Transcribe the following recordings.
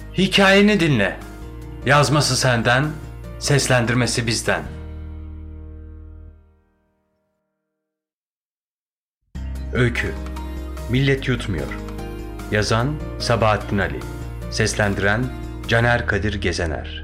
Hikayeni dinle. Yazması senden, seslendirmesi bizden. Öykü Millet Yutmuyor. Yazan Sabahattin Ali. Seslendiren Caner Kadir Gezener.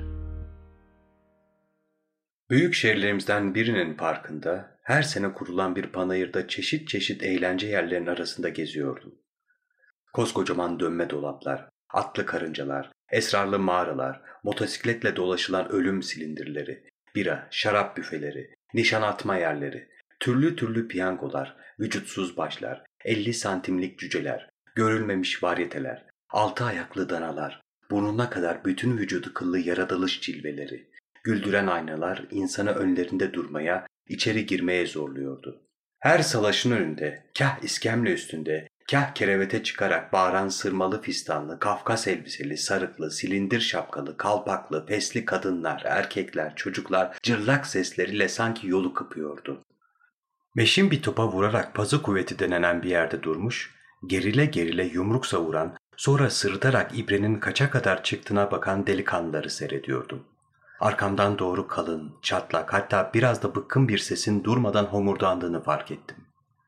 Büyük şehirlerimizden birinin parkında her sene kurulan bir panayırda çeşit çeşit eğlence yerlerinin arasında geziyordum. Koskocaman dönme dolaplar, atlı karıncalar, esrarlı mağaralar, motosikletle dolaşılan ölüm silindirleri, bira, şarap büfeleri, nişan atma yerleri, türlü türlü piyangolar, vücutsuz başlar, 50 santimlik cüceler, görülmemiş varyeteler, 6 ayaklı danalar, burnuna kadar bütün vücudu kıllı yaratılış cilveleri, güldüren aynalar insanı önlerinde durmaya, içeri girmeye zorluyordu. Her salaşın önünde, kah iskemle üstünde, kah kerevete çıkarak bağıran sırmalı fistanlı, Kafkas elbiseli, sarıklı, silindir şapkalı, kalpaklı, fesli kadınlar, erkekler, çocuklar cırlak sesleriyle sanki yolu kıpıyordu. Beşin bir topa vurarak pazı kuvveti denenen bir yerde durmuş, gerile gerile yumruk savuran, sonra sırıtarak ibrenin kaça kadar çıktığına bakan delikanlıları seyrediyordum. Arkamdan doğru kalın, çatlak, hatta biraz da bıkkın bir sesin durmadan homurdandığını fark ettim.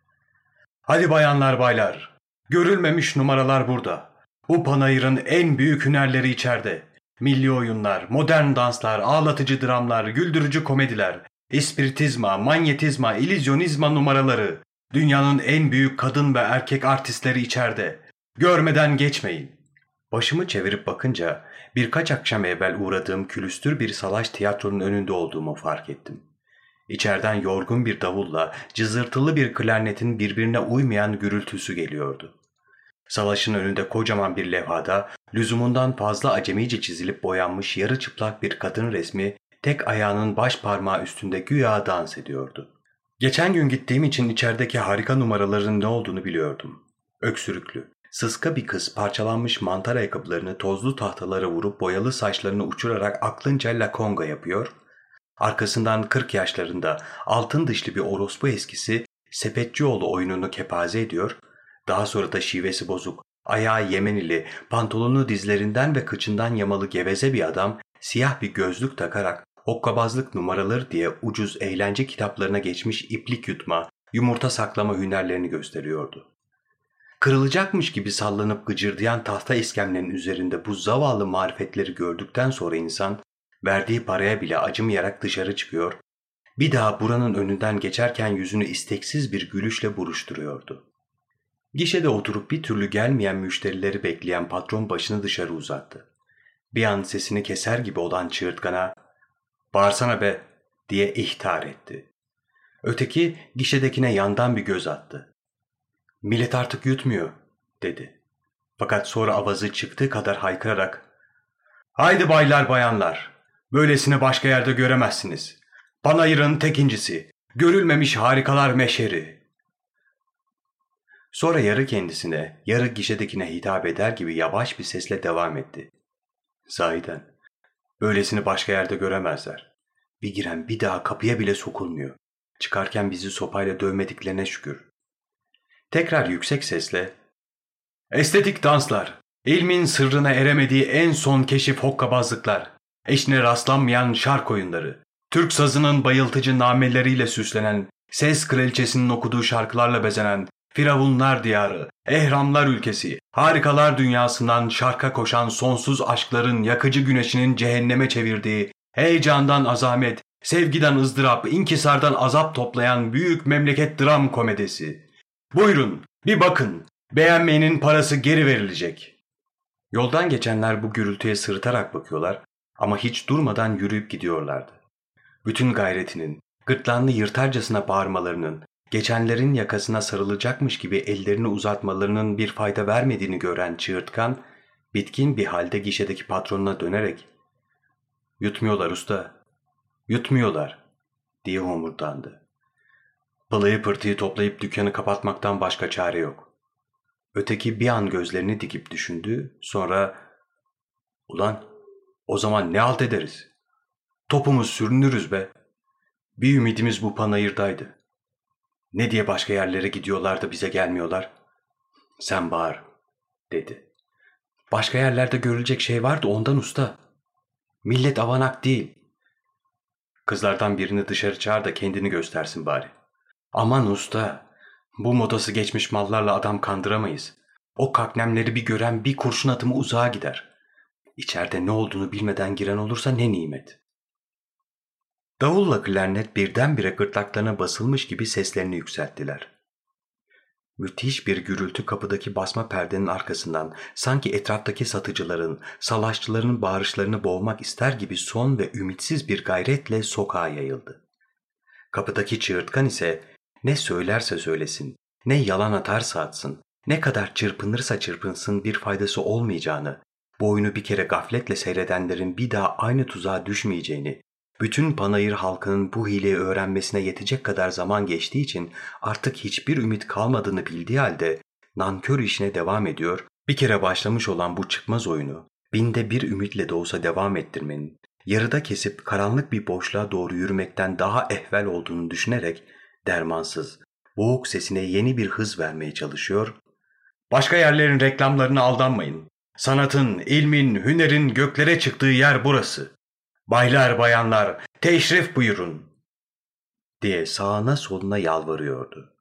"Hadi bayanlar baylar, görülmemiş numaralar burada. Bu panayırın en büyük hünerleri içeride. Milli oyunlar, modern danslar, ağlatıcı dramlar, güldürücü komediler, ispiritizma, manyetizma, illüzyonizma numaraları. Dünyanın en büyük kadın ve erkek artistleri içeride. Görmeden geçmeyin." Başımı çevirip bakınca birkaç akşam evvel uğradığım külüstür bir salaş tiyatronun önünde olduğumu fark ettim. İçeriden yorgun bir davulla cızırtılı bir klarnetin birbirine uymayan gürültüsü geliyordu. Salaşın önünde kocaman bir levhada lüzumundan fazla acemice çizilip boyanmış yarı çıplak bir kadın resmi tek ayağının baş parmağı üstünde güya dans ediyordu. Geçen gün gittiğim için içerideki harika numaraların ne olduğunu biliyordum. Öksürüklü, sıska bir kız parçalanmış mantar ayakkabılarını tozlu tahtalara vurup boyalı saçlarını uçurarak aklınca lakonga yapıyor, arkasından 40 yaşlarında altın dişli bir orospu eskisi Sepetçioğlu oyununu kepaze ediyor, daha sonra da şivesi bozuk, ayağı Yemenili, pantolonu dizlerinden ve kıçından yamalı geveze bir adam siyah bir gözlük takarak hokkabazlık numaraları diye ucuz eğlence kitaplarına geçmiş iplik yutma, yumurta saklama hünerlerini gösteriyordu. Kırılacakmış gibi sallanıp gıcırdayan tahta iskemlenin üzerinde bu zavallı marifetleri gördükten sonra insan verdiği paraya bile acımayarak dışarı çıkıyor, bir daha buranın önünden geçerken yüzünü isteksiz bir gülüşle buruşturuyordu. Gişede oturup bir türlü gelmeyen müşterileri bekleyen patron başını dışarı uzattı. Bir an sesini keser gibi olan çığırtkana "Bağırsana be!" diye ihtar etti. Öteki gişedekine yandan bir göz attı. "Millet artık yutmuyor," dedi. Fakat sonra avazı çıktığı kadar haykırarak "Haydi baylar bayanlar, böylesini başka yerde göremezsiniz. Panayırın tekincisi, görülmemiş harikalar meşheri." Sonra yarı kendisine, yarı gişedekine hitap eder gibi yavaş bir sesle devam etti. "Sahiden, böylesini başka yerde göremezler. Bir giren bir daha kapıya bile sokulmuyor. Çıkarken bizi sopayla dövmediklerine şükür." Tekrar yüksek sesle "Estetik danslar, ilmin sırrına eremediği en son keşif hokkabazlıklar, eşine rastlanmayan şark oyunları, Türk sazının bayıltıcı nameleriyle süslenen, ses kraliçesinin okuduğu şarkılarla bezenen, firavunlar diyarı, ehramlar ülkesi, harikalar dünyasından şarka koşan sonsuz aşkların yakıcı güneşinin cehenneme çevirdiği, heyecandan azamet, sevgiden ızdırap, inkisardan azap toplayan büyük memleket dram komedisi. Buyurun, bir bakın, beğenmeyenin parası geri verilecek." Yoldan geçenler bu gürültüye sırıtarak bakıyorlar ama hiç durmadan yürüyüp gidiyorlardı. Bütün gayretinin, gırtlağını yırtarcasına bağırmalarının, geçenlerin yakasına sarılacakmış gibi ellerini uzatmalarının bir fayda vermediğini gören çığırtkan, bitkin bir halde gişedeki patronuna dönerek "Yutmuyorlar usta, yutmuyorlar," diye homurdandı. Pılıyı pırtıyı toplayıp dükkanı kapatmaktan başka çare yok. Öteki bir an gözlerini dikip düşündü, sonra "Ulan, o zaman ne halt ederiz? Topumuz sürünürüz be. Bir ümidimiz bu panayırdaydı. Ne diye başka yerlere gidiyorlar da bize gelmiyorlar?" "Sen bağır," dedi. Başka yerlerde görülecek şey vardı ondan usta. Millet avanak değil. Kızlardan birini dışarı çağır da kendini göstersin bari. Aman usta, bu modası geçmiş mallarla adam kandıramayız. O kaknemleri bir gören bir kurşun atımı uzağa gider. İçeride ne olduğunu bilmeden giren olursa ne nimet. Davulla klarnet birdenbire gırtlaklarına basılmış gibi seslerini yükselttiler. Müthiş bir gürültü kapıdaki basma perdenin arkasından sanki etraftaki satıcıların, salaşçıların bağırışlarını boğmak ister gibi son ve ümitsiz bir gayretle sokağa yayıldı. Kapıdaki çığırtkan ise ne söylerse söylesin, ne yalan atarsa atsın, ne kadar çırpınırsa çırpınsın bir faydası olmayacağını, bu oyunu bir kere gafletle seyredenlerin bir daha aynı tuzağa düşmeyeceğini, bütün Panayır halkının bu hileyi öğrenmesine yetecek kadar zaman geçtiği için artık hiçbir ümit kalmadığını bildiği halde nankör işine devam ediyor, bir kere başlamış olan bu çıkmaz oyunu binde bir ümitle de olsa devam ettirmenin, yarıda kesip karanlık bir boşluğa doğru yürümekten daha ehvel olduğunu düşünerek dermansız, boğuk sesine yeni bir hız vermeye çalışıyor. Başka yerlerin reklamlarına aldanmayın. Sanatın, ilmin, hünerin göklere çıktığı yer burası. Baylar, bayanlar, teşrif buyurun diye sağına soluna yalvarıyordu.